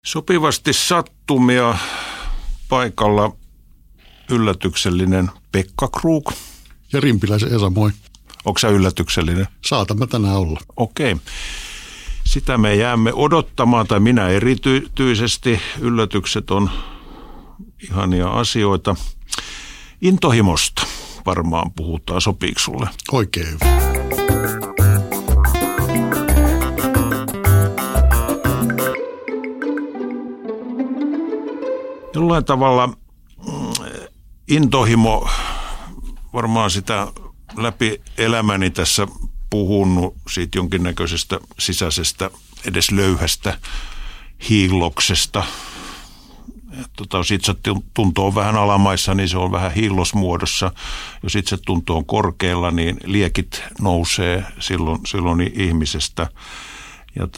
Sopivasti sattumia paikalla yllätyksellinen Pekka Krug. Ja Rimpiläisen Esa, moi. Onko sä yllätyksellinen? Saatan mä tänään olla. Okei. Sitä me jäämme odottamaan, tai minä erityisesti. Yllätykset on ihania asioita. Intohimosta varmaan puhutaan. Sopiiko sulle? Oikein hyvä. Jollain tavalla intohimo, varmaan sitä läpi elämäni tässä puhunut siitä jonkinnäköisestä sisäisestä, edes löyhästä hiilloksesta. Jos itsetunto on vähän alamaissa, niin se on vähän hiillosmuodossa. Jos itsetunto on korkealla, niin liekit nousee silloin ihmisestä. Ja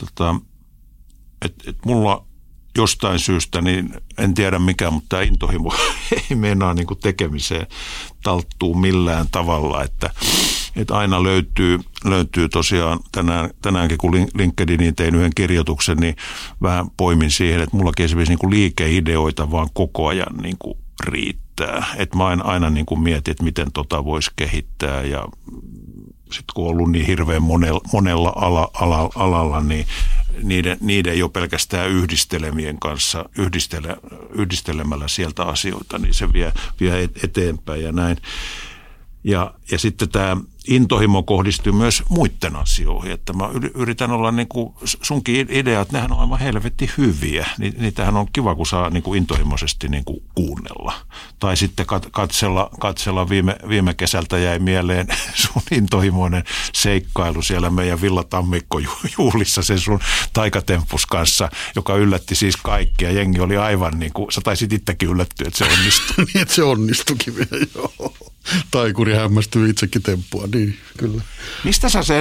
mulla jostain syystä, niin en tiedä mikä, mutta tämä intohimo ei meinaa niin kuin tekemiseen talttuu millään tavalla, että aina löytyy tosiaan tänäänkin, kun LinkedIniin tein yhden kirjoituksen, niin vähän poimin siihen, että mullakin esimerkiksi niin kuin liikeideoita vaan koko ajan niin kuin riittää. Että mä aina niin kuin mietin, että miten voisi kehittää, ja sitten kun on ollut niin hirveän monella alalla, niin niiden jo pelkästään yhdistelemien kanssa, yhdistelemällä sieltä asioita, niin se vie eteenpäin ja näin. Ja sitten tämä intohimo kohdistuu myös muiden asioihin, että mä yritän olla niin kuin sunkin ideat, nehän on aivan helvetti hyviä. Niitähän on kiva, kun saa niin kuin intohimoisesti niin kuin kuunnella. Tai sitten katsella viime kesältä jäi mieleen sun intohimoinen seikkailu siellä meidän Villatammikko-juhlissa sen sun taikatempus kanssa, joka yllätti siis kaikkia. Jengi oli aivan niin kuin, sä taisit itsekin yllättyä, että se onnistui. Niin, että se onnistuikin vielä, joo. Taikuri hämmästyy itsekin temppua, niin kyllä. Mistä sä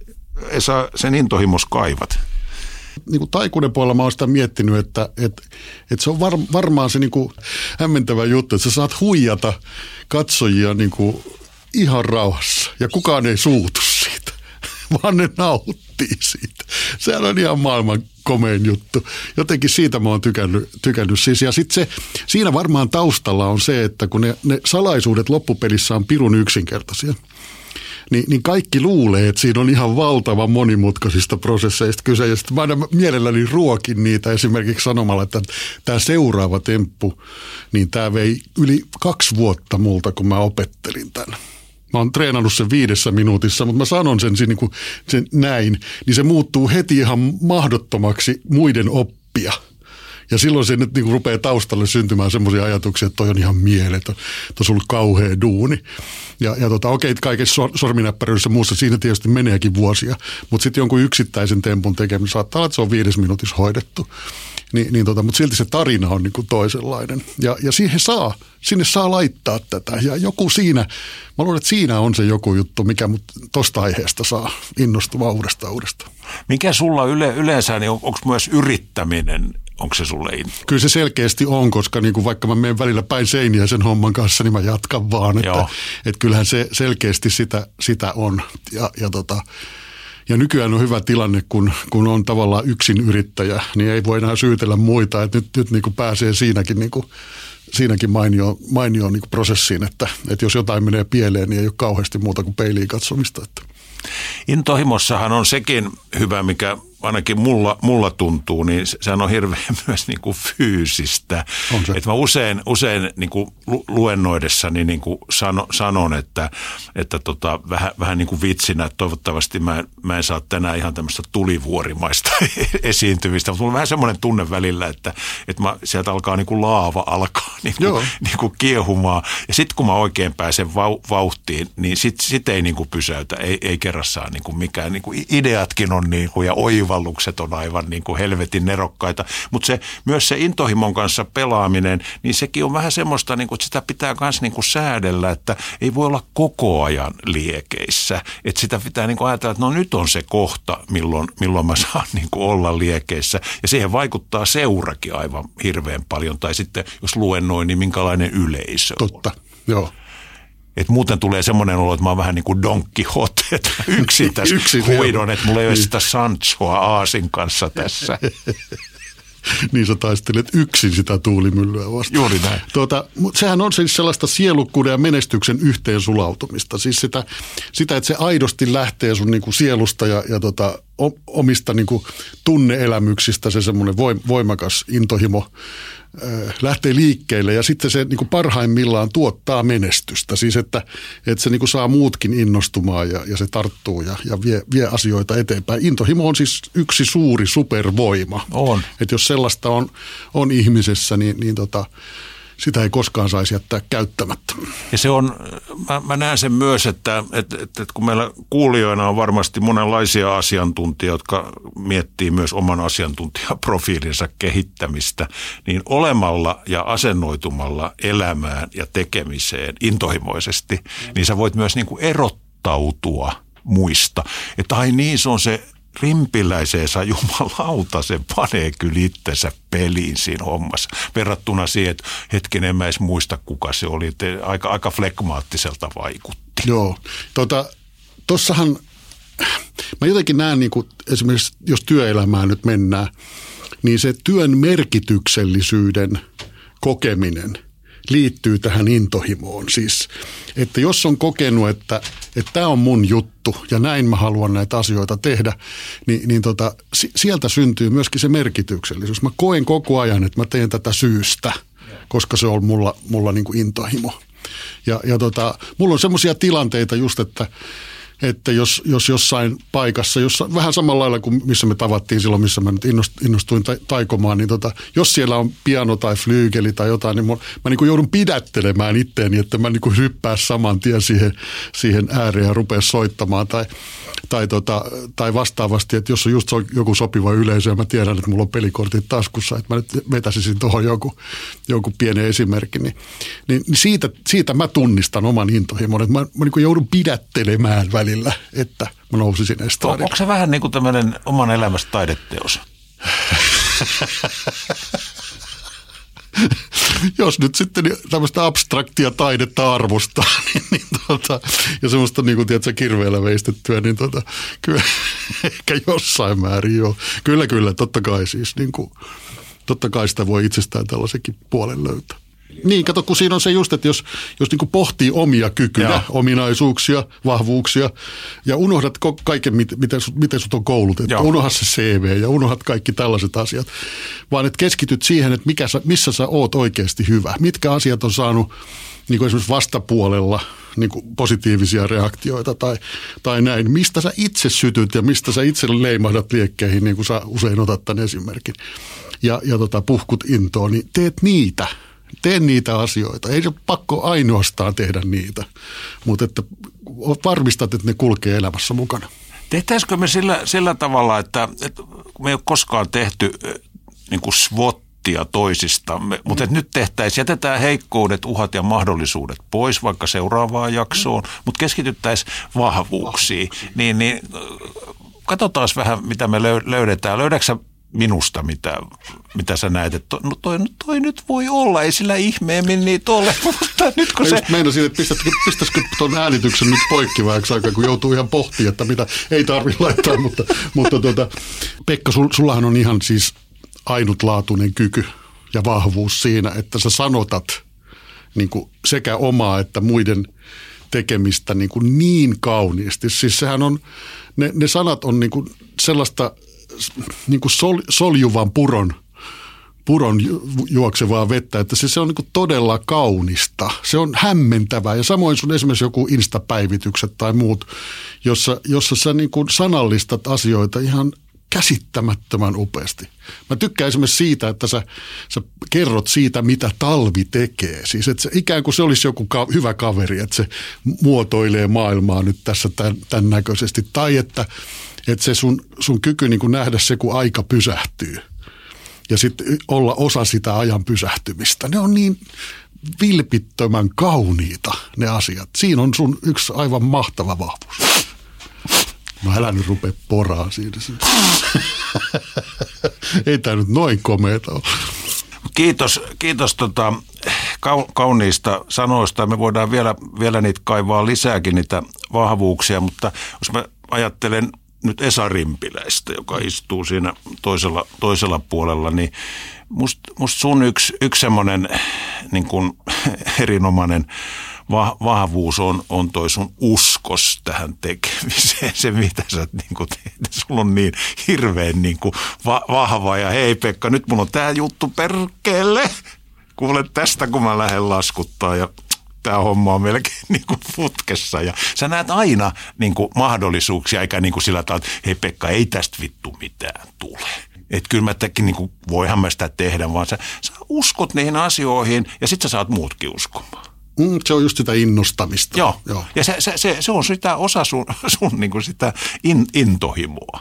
sen intohimos kaivat? Niin kuin taikuuden puolella mä oon sitä miettinyt, että se on varmaan se niin kuin hämmentävä juttu, että sä saat huijata katsojia niin kuin ihan rauhassa ja kukaan ei suutu siitä, vaan ne nauttii siitä. Sehän on ihan maailman komein juttu. Jotenkin siitä mä oon tykännyt siis. Ja sitten siinä varmaan taustalla on se, että kun ne salaisuudet loppupelissä on pirun yksinkertaisia, niin kaikki luulee, että siinä on ihan valtavan monimutkaisista prosesseista kyse. Ja sitten mä aina mielelläni ruokin niitä esimerkiksi sanomalla, että tämä seuraava temppu, niin tämä vei yli 2 vuotta multa, kun mä opettelin tämän. Mä oon treenannut sen 5 minuutissa, mutta mä sanon sen näin, niin se muuttuu heti ihan mahdottomaksi muiden oppia. Ja silloin se nyt niin kuin rupeaa taustalle syntymään semmoisia ajatuksia, että toi on ihan mieletön, tuossa on ollut kauhea duuni. Ja okei, kaikessa sorminäppäryydessä muussa siinä tietysti meneekin vuosia, mutta sitten jonkun yksittäisen tempun tekeminen saattaa olla, että se on 5 minuutissa hoidettu. Mutta silti se tarina on niin kuin toisenlainen. Ja sinne saa laittaa tätä. Ja joku siinä, mä luulen, että siinä on se joku juttu, mikä mut tosta aiheesta saa innostumaan uudestaan. Mikä sulla yleensä, niin onko myös yrittäminen, onko se sulle into? Kyllä se selkeästi on, koska niin kuin vaikka mä menen välillä päin seiniä sen homman kanssa, niin mä jatkan vaan. Että kyllähän se selkeästi sitä on. Ja nykyään on hyvä tilanne, kun on tavallaan yksin yrittäjä, niin ei voi enää syytellä muita, että nyt niin kuin pääsee siinäkin mainioon niin kuin prosessiin, että jos jotain menee pieleen, niin ei ole kauheasti muuta kuin peiliin katsomista. Intohimossahan on sekin hyvä, mikä ainakin mulla tuntuu, niin sehän on hirveän myös niin kuin fyysistä. Että mä usein niin kuin luennoidessani niin kuin sanon, että vähän niin kuin vitsinä, että toivottavasti mä en saa tänään ihan tämmöistä tulivuorimaista esiintymistä, mutta mulla on vähän semmoinen tunne välillä, että sieltä alkaa niin kuin laava niin kuin kiehumaan. Ja sitten kun mä oikein pääsen vauhtiin, niin sit ei niin kuin pysäytä, ei kerrassaan niin kuin mikään. Niin kuin ideatkin on niin kuin, ja oivallukset on aivan niin kuin helvetin nerokkaita. Mutta myös se intohimon kanssa pelaaminen, niin sekin on vähän semmoista, niin kuin, että sitä pitää myös niin kuin säädellä, että ei voi olla koko ajan liekeissä. Että sitä pitää niin kuin ajatella, että no nyt on se kohta, milloin mä saan niin kuin olla liekeissä. Ja siihen vaikuttaa seurakin aivan hirveän paljon. Tai sitten jos luennoin, niin minkälainen yleisö on. Totta, joo. Että muuten tulee semmoinen olo, että mä oon vähän niin kuin Don Quixote, että yksin tässä huidon, että mulla ei ole sitä Sanchoa Aasin kanssa tässä. niin sä taistelet yksin sitä tuulimyllyä vastaan. Juuri näin. Mutta sehän on siis sellaista sielukkuuden ja menestyksen yhteensulautumista. Siis sitä, että se aidosti lähtee sun niinku sielusta ja omista niinku tunneelämyksistä, se semmoinen voimakas intohimo lähtee liikkeelle ja sitten se niinku parhaimmillaan tuottaa menestystä. Siis että se niinku saa muutkin innostumaan ja se tarttuu ja vie asioita eteenpäin. Intohimo on siis yksi suuri supervoima. On. Että jos sellaista on ihmisessä, niin sitä ei koskaan saisi jättää käyttämättä. Ja se on, mä näen sen myös, että kun meillä kuulijoina on varmasti monenlaisia asiantuntijoita, jotka miettii myös oman asiantuntijaprofiilinsa kehittämistä, niin olemalla ja asennoitumalla elämään ja tekemiseen intohimoisesti, niin sä voit myös niin kuin erottautua muista. Että ai niin, se on se rimpiläiseensä jumalauta, se panee kyllä itsensä peliin siinä hommassa. Verrattuna siihen, että hetkinen, en mä edes muista kuka se oli. Aika flegmaattiselta vaikutti. Joo. Tossahan mä jotenkin näen, niin kuin esimerkiksi jos työelämään nyt mennään, niin se työn merkityksellisyyden kokeminen liittyy tähän intohimoon. Siis, että jos on kokenut, että tämä on mun juttu ja näin mä haluan näitä asioita tehdä, niin sieltä syntyy myöskin se merkityksellisyys. Mä koen koko ajan, että mä teen tätä syystä, koska se on mulla niin kuin intohimo. Ja mulla on semmoisia tilanteita just, että jos jossain paikassa, vähän samalla lailla kuin missä me tavattiin silloin, missä mä nyt innostuin taikomaan, niin jos siellä on piano tai flyygeli tai jotain, niin mä niin kuin joudun pidättelemään itteeni, että mä niin kuin hyppää saman tien siihen ääreen ja rupea soittamaan tai vastaavasti, että jos on just joku sopiva yleisö ja mä tiedän, että mulla on pelikortit taskussa, että mä nyt vetäisin tuohon joku pienen esimerkin, niin siitä mä tunnistan oman intohimon, että mä niin kuin joudun pidättelemään välillä, että mä nousisin estradille. Onko se vähän niin kuin tämmöinen oman elämästä taideteos? Jos nyt sitten tämmöistä abstraktia taidetta arvostaa ja semmoista niin kuin tiedätkö, kirveellä veistettyä, niin kyllä ehkä jossain määrin joo. Kyllä, totta kai siis niin kuin, totta kai sitä voi itsestään tällaisenkin puolen löytää. Niin, kato, kun siinä on se just, että jos niin kuin pohtii omia kykyjä, ominaisuuksia, vahvuuksia ja unohdat kaiken, miten sut on koulutettu, unohdat se CV ja unohdat kaikki tällaiset asiat, vaan että keskityt siihen, että missä sä oot oikeasti hyvä. Mitkä asiat on saanut niin kuin esimerkiksi vastapuolella niin kuin positiivisia reaktioita tai näin. Mistä sä itse sytyt ja mistä sä itse leimahdat liekkeihin, niin kuin sä usein otat tämän esimerkin. Ja puhkut intoon, niin teet niitä. Tee niitä asioita. Ei se pakko ainoastaan tehdä niitä, mutta että varmistat, että ne kulkee elämässä mukana. Tehtäisikö me sillä tavalla, että me ei ole koskaan tehty niin kuin SWOTia toisistamme, mutta että nyt jätetään heikkoudet, uhat ja mahdollisuudet pois vaikka seuraavaan jaksoon, mutta keskityttäisiin vahvuuksiin. Niin katsotaan vähän, mitä me löydetään. Löydätkö sä minusta, mitä sä näet, että toi nyt voi olla, ei sillä ihmeemmin niitä ole, mutta nyt kun se... Meinasin, että pistäisikö tuon äänityksen nyt poikkiväksi aikaa, kun joutuu ihan pohtimaan, että mitä ei tarvitse laittaa, mutta Pekka, sullahan on ihan siis ainutlaatuinen kyky ja vahvuus siinä, että sä sanotat niin kuin sekä omaa että muiden tekemistä niin kauniisti. Siis sehän on, ne sanat on niin kuin sellaista niin kuin soljuvan puron juoksevaa vettä, että se on niin kuin todella kaunista. Se on hämmentävää ja samoin sun esimerkiksi joku Insta-päivitykset tai muut, jossa sä niin kuin sanallistat asioita ihan käsittämättömän upeasti. Mä tykkään esimerkiksi siitä, että sä kerrot siitä, mitä talvi tekee. Siis että ikään kuin se olisi joku hyvä kaveri, että se muotoilee maailmaa nyt tässä tämän näköisesti. Tai että se sun kyky niin kuin nähdä se, kun aika pysähtyy. Ja sitten olla osa sitä ajan pysähtymistä. Ne on niin vilpittömän kauniita ne asiat. Siinä on sun yksi aivan mahtava vahvuus. Mä älä nyt rupea poraan siinä. Ei tää nyt noin komeeta ole. Kiitos kauniista sanoista. Me voidaan vielä niitä kaivaa lisääkin, niitä vahvuuksia, mutta jos mä ajattelen nyt Esa Rimpiläistä, joka istuu siinä toisella puolella, niin musta sun yksi semmoinen niin kuin erinomainen vahvuus on toi sun uskos tähän tekemiseen, se mitä sä niin kuin teet. Sulla on niin hirveän niin kuin vahva ja hei Pekka, nyt mulla on tää juttu perkele. Kuule tästä, kun mä lähden laskuttaa ja tämä homma on melkein niin kuin futkessa. Ja sä näet aina niin kuin mahdollisuuksia, eikä niin kuin sillä tavalla, että hei Pekka, ei tästä vittu mitään tule. Että kyllä mä tekin, niin kuin, voihan mä sitä tehdä, vaan sä uskot niihin asioihin ja sit sä saat muutkin uskomaan. Se on just sitä innostamista. Joo. Ja se on sitä osa sun niin kuin sitä intohimoa.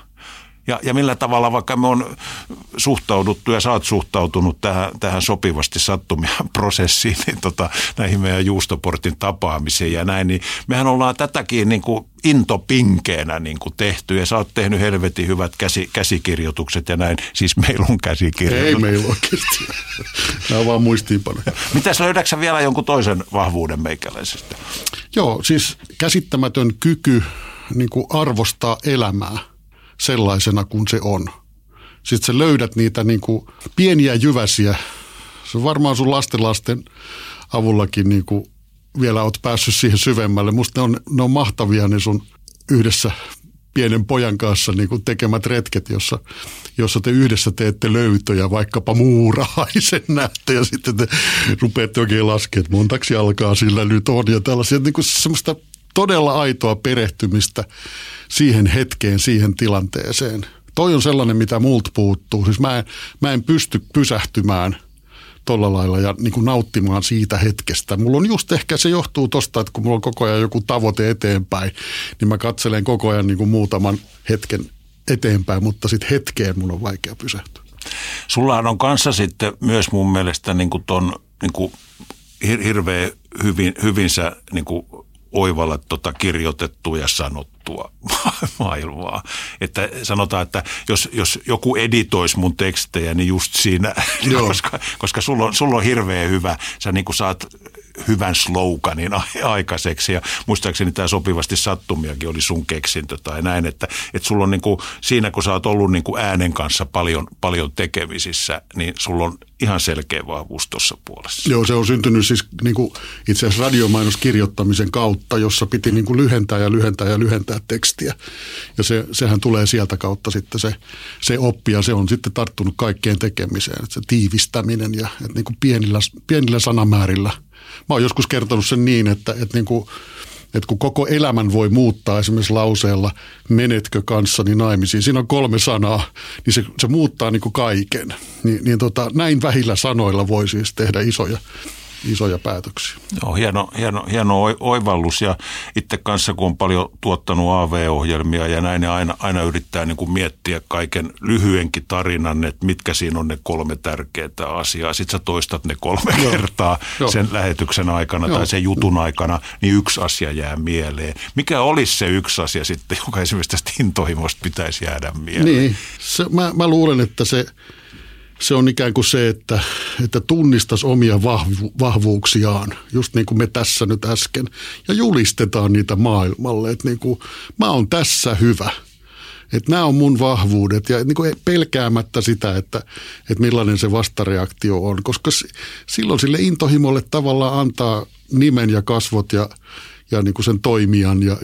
Ja millä tavalla vaikka me on suhtauduttu ja sä oot suhtautunut tähän sopivasti sattumia prosessiin, niin näihin meidän Juustoportin tapaamisiin ja näin, niin mehän ollaan tätäkin niin kuin intopinkeenä niin kuin tehty ja sä oot tehnyt helvetin hyvät käsikirjoitukset ja näin. Siis meillä on käsikirjoitukset. Ei meillä oikeasti. Nämä on vaan muistiinpanoja. Mitäs löydätkö vielä jonkun toisen vahvuuden meikäläisestä? Joo, siis käsittämätön kyky niin kuin arvostaa elämää sellaisena kuin se on. Sitten sä löydät niitä niin kuin pieniä jyväsiä. Se on varmaan sun lasten avullakin niin kuin vielä oot päässyt siihen syvemmälle. Musta ne on mahtavia ne sun yhdessä pienen pojan kanssa niin kuin tekemät retket, jossa te yhdessä teette löytöjä, vaikkapa Muurahaisen näette ja sitten te rupeatte oikein laskemaan, että montaksi alkaa sillä nyt on ja tällaisia niin kuin semmoista todella aitoa perehtymistä siihen hetkeen, siihen tilanteeseen. Toi on sellainen, mitä multa puuttuu. Siis mä en pysty pysähtymään tolla lailla ja niin kuin nauttimaan siitä hetkestä. Mulla on just ehkä se johtuu tosta, että kun mulla on koko ajan joku tavoite eteenpäin, niin mä katselen koko ajan niin kuin muutaman hetken eteenpäin, mutta sitten hetkeen mun on vaikea pysähtyä. Sullahan on kanssa sitten myös mun mielestä niin kuin ton niin kuin hirveän hyvin sä niin kuin oivallat kirjoitettua ja sanottua maailmaa. Että sanotaan, että jos joku editoisi mun tekstejä, niin just siinä, koska sulla on hirveän hyvä, sä niin kuin saat hyvän sloganin aikaiseksi ja muistaakseni tämä sopivasti sattumiakin oli sun keksintö tai näin, että sulla on niin kuin, siinä kun sä oot ollut niin kuin äänen kanssa paljon tekemisissä, niin sulla on ihan selkeä vahvuus tuossa puolessa. Joo, se on syntynyt siis niin kuin itse asiassa radiomainoskirjoittamisen kautta, jossa piti niin kuin lyhentää tekstiä. Ja sehän tulee sieltä kautta sitten se oppi ja se on sitten tarttunut kaikkeen tekemiseen. Että se tiivistäminen ja että niin kuin pienillä sanamäärillä. Mä oon joskus kertonut sen niin, että kun koko elämän voi muuttaa esimerkiksi lauseella menetkö kanssani naimisiin, siinä on 3 sanaa, niin se muuttaa niin kuin kaiken. Näin vähillä sanoilla voi siis tehdä isoja päätöksiä. Joo, hieno oivallus ja itse kanssa kun on paljon tuottanut AV-ohjelmia ja näin, niin aina yrittää niin kuin miettiä kaiken lyhyenkin tarinan, että mitkä siinä on ne 3 tärkeää asiaa. Sitten sä toistat ne 3 kertaa sen lähetyksen aikana tai sen jutun aikana, niin yksi asia jää mieleen. Mikä olisi se yksi asia sitten, joka esimerkiksi tästä intohimosta pitäisi jäädä mieleen? Niin, mä luulen, että se on ikään kuin se, että tunnistaisi omia vahvuuksiaan, just niin kuin me tässä nyt äsken, ja julistetaan niitä maailmalle, että niin kuin, mä oon tässä hyvä, että nämä on mun vahvuudet, ja niin kuin pelkäämättä sitä, että millainen se vastareaktio on, koska silloin sille intohimolle tavallaan antaa nimen ja kasvot ja niin kuin sen toimijan, ja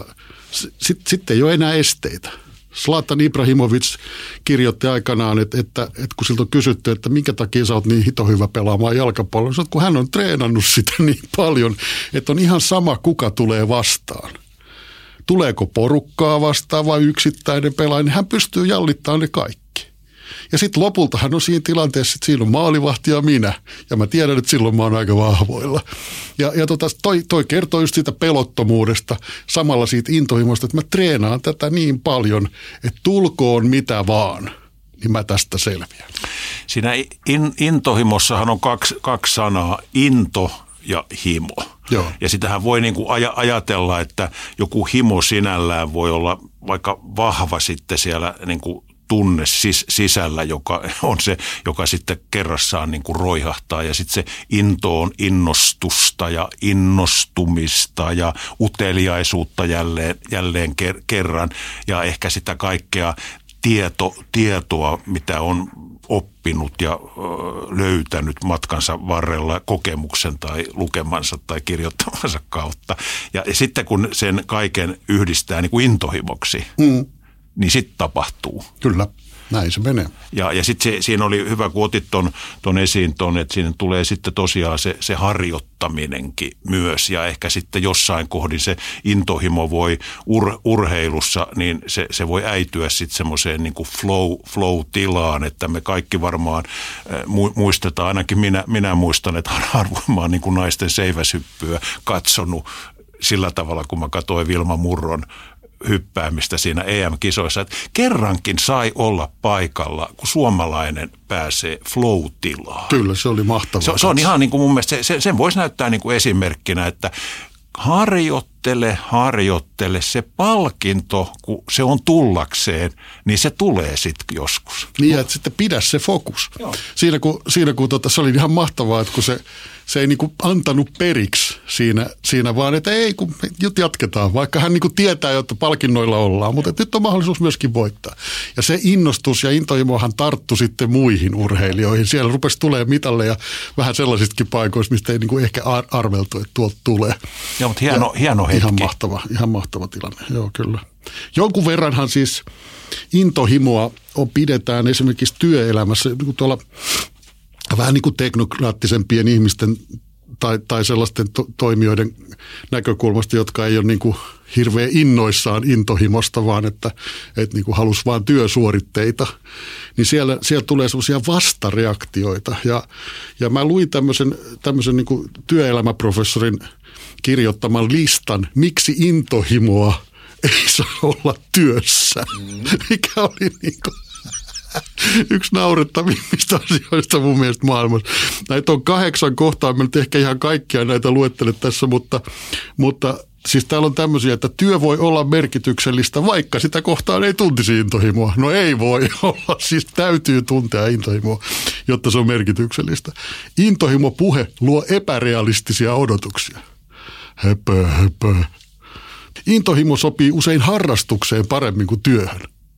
sitten ei ole enää esteitä. Zlatan Ibrahimovic kirjoitti aikanaan, että kun siltä on kysytty, että minkä takia sä oot niin hito hyvä pelaamaan jalkapalloa, niin kun hän on treenannut sitä niin paljon, että on ihan sama kuka tulee vastaan. Tuleeko porukkaa vastaan vai yksittäinen pelaaja, niin hän pystyy jallittamaan ne kaikki. Ja sitten lopulta hän on siinä tilanteessa, että siinä on maalivahti ja minä. Ja mä tiedän, että silloin mä oon aika vahvoilla. Ja toi kertoo just siitä pelottomuudesta, samalla siitä intohimosta, että mä treenaan tätä niin paljon, että tulkoon mitä vaan, niin mä tästä selviän. Siinä intohimossahan on kaksi sanaa, into ja himo. Joo. Ja sitähän voi niin kuin ajatella, että joku himo sinällään voi olla vaikka vahva sitten siellä niin kuin tunne sisällä, joka on se, joka sitten kerrassaan niin kuin roihahtaa. Ja sitten se into on innostusta ja innostumista ja uteliaisuutta jälleen kerran. Ja ehkä sitä kaikkea tietoa, mitä on oppinut ja löytänyt matkansa varrella kokemuksen tai lukemansa tai kirjoittamansa kautta. Ja sitten kun sen kaiken yhdistää niin kuin intohimoksi, niin sitten tapahtuu. Kyllä, näin se menee. Ja sitten siinä oli hyvä, kun otit ton esiin että siinä tulee sitten tosiaan se harjoittaminenkin myös. Ja ehkä sitten jossain kohdin se intohimo voi urheilussa, niin se voi äityä sitten semmoiseen niin kuin flow-tilaan, että me kaikki varmaan muistetaan, ainakin minä muistan, että harvoin niin kuin naisten seiväshyppyä katsonut sillä tavalla, kun mä katsoin Vilma Murron hyppäämistä siinä EM-kisoissa, että kerrankin sai olla paikalla, kun suomalainen pääsee flow-tilaan. Kyllä, se oli mahtavaa. Se on ihan niin kuin mun mielestä, sen voisi näyttää niin kuin esimerkkinä, että harjoittele, se palkinto, kun se on tullakseen, niin se tulee sitten joskus. Niin, että sitten pidä se fokus. Joo. Siinä kun se oli ihan mahtavaa, että kun se ei niinku antanut periksi siinä vaan, että ei, kun jatketaan, vaikka hän niinku tietää, että palkinnoilla ollaan, mutta nyt on mahdollisuus myöskin voittaa. Ja se innostus ja intohimohan tarttu sitten muihin urheilijoihin. Siellä rupesi tulemaan mitalleja vähän sellaisitkin paikoista, mistä ei niinku ehkä arveltu, että tuolta tulee. Joo, mutta hieno hetki. Ihan mahtava tilanne, joo kyllä. Jonkun verranhan siis intohimoa pidetään esimerkiksi työelämässä, niin tuolla vähän niin kuin teknokraattisempien ihmisten tai sellaisten toimijoiden näkökulmasta, jotka ei ole niin kuin hirveän innoissaan intohimosta, vaan että niin kuin halusi vaan työsuoritteita, niin siellä tulee semmoisia vastareaktioita. Ja mä luin tämmöisen niin kuin työelämäprofessorin kirjoittaman listan, miksi intohimoa ei saa olla työssä, mikä oli niin kuin yksi naurettavimmista asioista mun mielestä maailmassa. Näitä on 8 kohtaa, mä nyt ehkä ihan kaikkia näitä luettele tässä, mutta siis täällä on tämmöisiä, että työ voi olla merkityksellistä, vaikka sitä kohtaan ei tuntisi intohimoa. No ei voi olla, siis täytyy tuntea intohimoa, jotta se on merkityksellistä. Intohimopuhe luo epärealistisia odotuksia. Höpö. Intohimo sopii usein harrastukseen paremmin kuin työhön.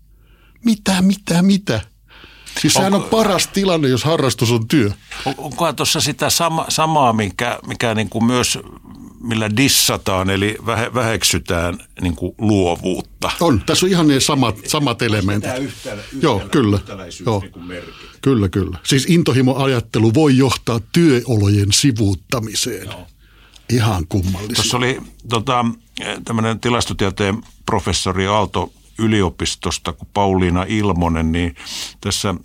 Mitä? Siis sehän on paras tilanne, jos harrastus on työ. Onkohan tuossa sitä samaa, mikä niin kuin myös, millä dissataan, eli väheksytään niin kuin luovuutta? On, tässä on ihan ne samat elementit. Joo, kyllä. Joo. Niin kuin kyllä. Siis intohimoajattelu voi johtaa työolojen sivuuttamiseen. Joo. Ihan kummallisia. Tuossa oli tämmöinen tilastotieteen professori Aalto-yliopistosta, kun Pauliina Ilmonen, niin tässä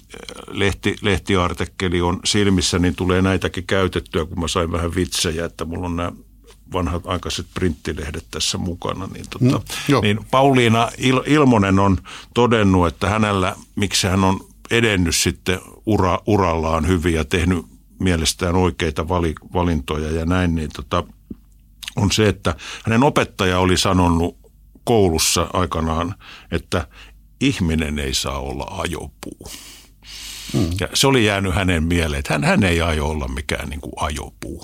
lehtiartikkeli on silmissä, niin tulee näitäkin käytettyä, kun mä sain vähän vitsejä, että mulla on nämä vanhat aikaiset printtilehdet tässä mukana. Niin Pauliina Ilmonen on todennut, että hänellä, miksi hän on edennyt sitten urallaan hyvin ja tehnyt mielestään oikeita valintoja ja näin, niin on se, että hänen opettaja oli sanonut koulussa aikanaan, että ihminen ei saa olla ajopuu. Ja se oli jäänyt hänen mieleen, että hän ei aio olla mikään niin kuin ajopuu.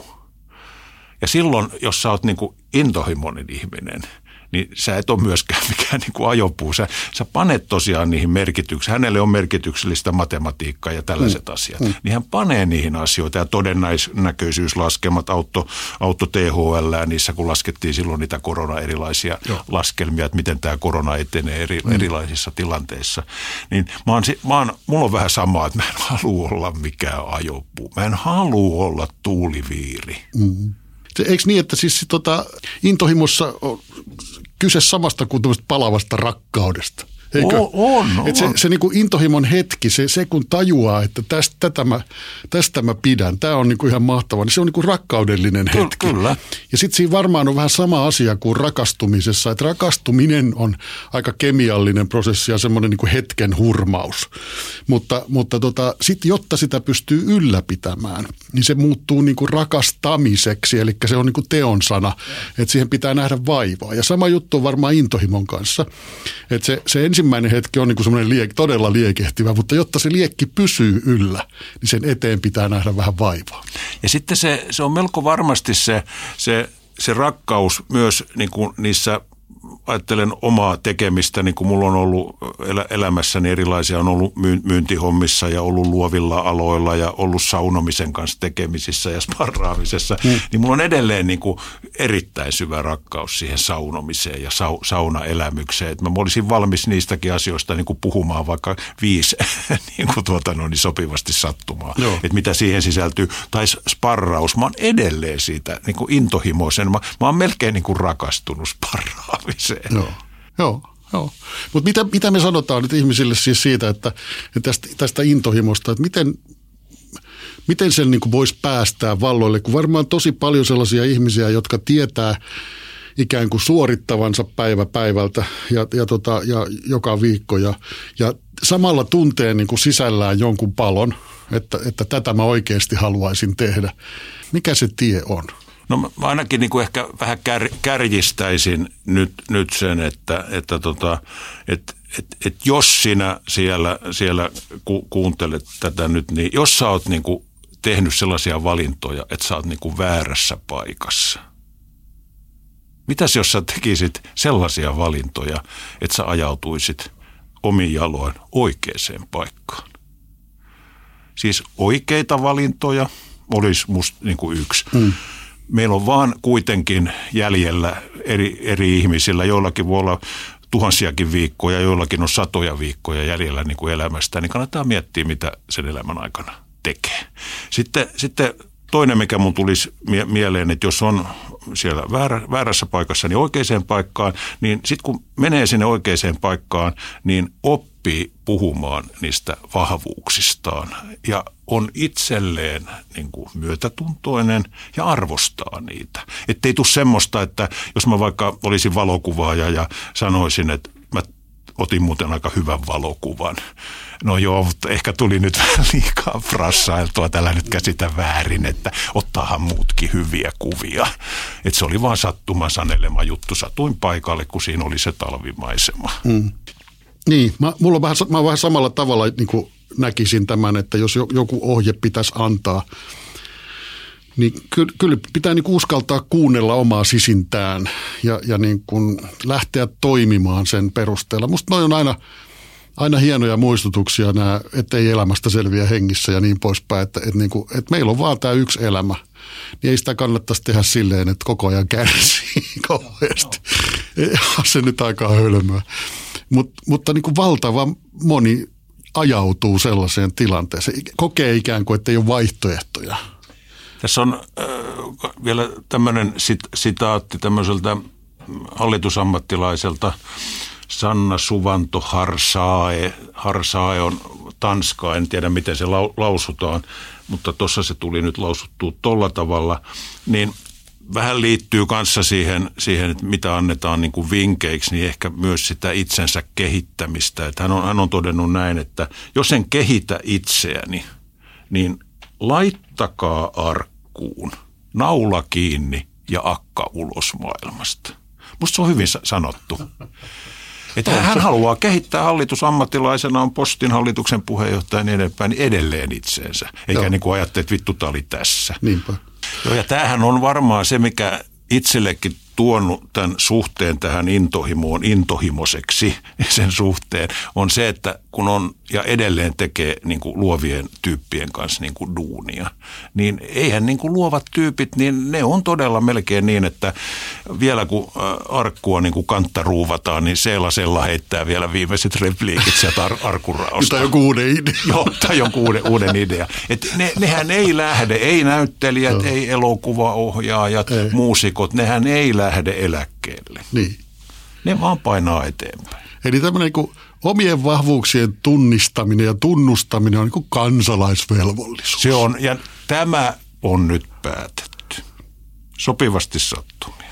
Ja silloin, jos sä oot niin kuin intohimoinen ihminen, niin sä et ole myöskään mikään niin kuin ajopuu. Sä panet tosiaan niihin merkityksiin. Hänelle on merkityksellistä matematiikkaa ja tällaiset asiat. Niin hän panee niihin asioita ja todennäköisyyslaskelmat, auto THL, niissä kun laskettiin silloin niitä erilaisia laskelmia, että miten tämä korona etenee erilaisissa tilanteissa. Niin mulla on vähän samaa, että mä en halua olla mikään ajopuu. Mä en halua olla tuuliviiri. Eikö niin, että siis intohimossa on kyse samasta kuin tämmöistä palavasta rakkaudesta? Eikö? On. Se niin kuin intohimon hetki, se kun tajuaa, että tästä mä pidän, tämä on niin kuin ihan mahtava, niin se on niin kuin rakkaudellinen hetki. Kyllä. Ja sitten siinä varmaan on vähän sama asia kuin rakastumisessa, että rakastuminen on aika kemiallinen prosessi ja semmoinen niin kuin hetken hurmaus. Mutta sitten jotta sitä pystyy ylläpitämään, niin se muuttuu niin kuin rakastamiseksi, eli se on niin kuin teon sana, että siihen pitää nähdä vaivaa. Ja sama juttu on varmaan intohimon kanssa, että se ensimmäinen hetki on niin kuin semmoinen todella liekehtivä, mutta jotta se liekki pysyy yllä, niin sen eteen pitää nähdä vähän vaivaa. Ja sitten se on melko varmasti se rakkaus myös niin kuin niissä, ajattelen omaa tekemistä, niin kuin mulla on ollut elämässäni erilaisia, on ollut myyntihommissa ja ollut luovilla aloilla ja ollut saunomisen kanssa tekemisissä ja sparraamisessa, niin mulla on edelleen niin kuin erittäin syvä rakkaus siihen saunomiseen ja saunaelämykseen. Että mä olisin valmis niistäkin asioista niin kuin puhumaan vaikka 5 niin kuin sopivasti sattumaan, että mitä siihen sisältyy. Tai sparraus, mä oon edelleen siitä niin kuin intohimoisen, mä oon melkein niin kuin rakastunut sparraamiseen. Joo. Mutta mitä me sanotaan nyt ihmisille siis siitä, että tästä intohimosta, että miten sen niin kuin voisi päästää valloille, kun varmaan tosi paljon sellaisia ihmisiä, jotka tietää ikään kuin suorittavansa päivä päivältä ja joka viikko ja samalla tuntee niin kuin sisällään jonkun palon, että tätä mä oikeasti haluaisin tehdä. Mikä se tie on? No mä ainakin niin kuin ehkä vähän kärjistäisin nyt sen, että jos sinä siellä kuuntelet tätä nyt, niin jos sä oot niin kuin tehnyt sellaisia valintoja, että sä oot niin kuin väärässä paikassa. Mitäs jos sä tekisit sellaisia valintoja, että sä ajautuisit omin jaloin oikeaan paikkaan? Siis oikeita valintoja olisi musta niin kuin yksi. Meillä on vaan kuitenkin jäljellä eri ihmisillä, joillakin voi olla tuhansiakin viikkoja, joillakin on satoja viikkoja jäljellä niin kuin elämästä, niin kannattaa miettiä, mitä sen elämän aikana tekee. Sitten toinen, mikä mun tulisi mieleen, että jos on siellä väärässä paikassa, niin oikeaan paikkaan, niin sitten kun menee sinne oikeaan paikkaan, niin oppii puhumaan niistä vahvuuksistaan ja on itselleen niin kuin myötätuntoinen ja arvostaa niitä. Ettei tule semmoista, että jos mä vaikka olisin valokuvaaja ja sanoisin, että mä otin muuten aika hyvän valokuvan. No joo, mutta ehkä tuli nyt vähän liikaa frassailtua, tällä nyt käsitä väärin, että ottaahan muutkin hyviä kuvia. Että se oli vaan sattuman sanelema juttu, satuin paikalle, kun siinä oli se talvimaisema. Niin, mä vähän samalla tavalla niin kuin näkisin tämän, että jos joku ohje pitäisi antaa, niin kyllä pitää niin kuin uskaltaa kuunnella omaa sisintään ja niin kuin lähteä toimimaan sen perusteella. Musta noi on aina hienoja muistutuksia nämä, ettei elämästä selviä hengissä ja niin poispäin, että meillä on vaan tämä yksi elämä. Niin ei sitä kannattaisi tehdä silleen, että koko ajan kärsii kauheasti. Se nyt aika hölmöä. Mutta niin kuin valtava moni ajautuu sellaiseen tilanteeseen. Kokee ikään kuin, että ei ole vaihtoehtoja. Tässä on vielä tämmöinen sitaatti tämmöiseltä hallitusammattilaiselta Sanna Suvanto Harsae. Harsae on tanskaa, en tiedä miten se lausutaan, mutta tuossa se tuli nyt lausuttua tolla tavalla. Niin vähän liittyy kanssa siihen, että mitä annetaan niin kuin vinkeiksi, niin ehkä myös sitä itsensä kehittämistä. Että hän on todennut näin, että jos en kehitä itseäni, niin laittakaa arkkuun, naula kiinni ja akka ulos maailmasta. Musta se on hyvin sanottu. Että hän haluaa kehittää hallitusammattilaisena, on Postin hallituksen puheenjohtaja ja niin edespäin, niin edelleen itseensä. Eikä niin kuin ajattele, että vittu, tämä oli tässä. Niinpä. Ja tämähän on varmaan se, mikä itsellekin tuonut tämän suhteen tähän intohimoon intohimoiseksi sen suhteen, on se, että kun on ja edelleen tekee niin kuin luovien tyyppien kanssa niin kuin duunia, niin eihän niin kuin luovat tyypit, niin ne on todella melkein niin, että vielä kun arkkua niin kuin kanttaruuvataan, niin Seela heittää vielä viimeiset repliikit sieltä arkunraosta. Tai joku uuden idea. Joo, tai joku uuden idea. Et nehän ei lähde, ei näyttelijät, ei elokuvaohjaajat, muusikot, nehän ei lähde eläkkeelle. Niin. Ne vaan painaa eteenpäin. Eli tämmöinen niin omien vahvuuksien tunnistaminen ja tunnustaminen on niin kuin kansalaisvelvollisuus. Se on, ja tämä on nyt päätetty. Sopivasti sattuu.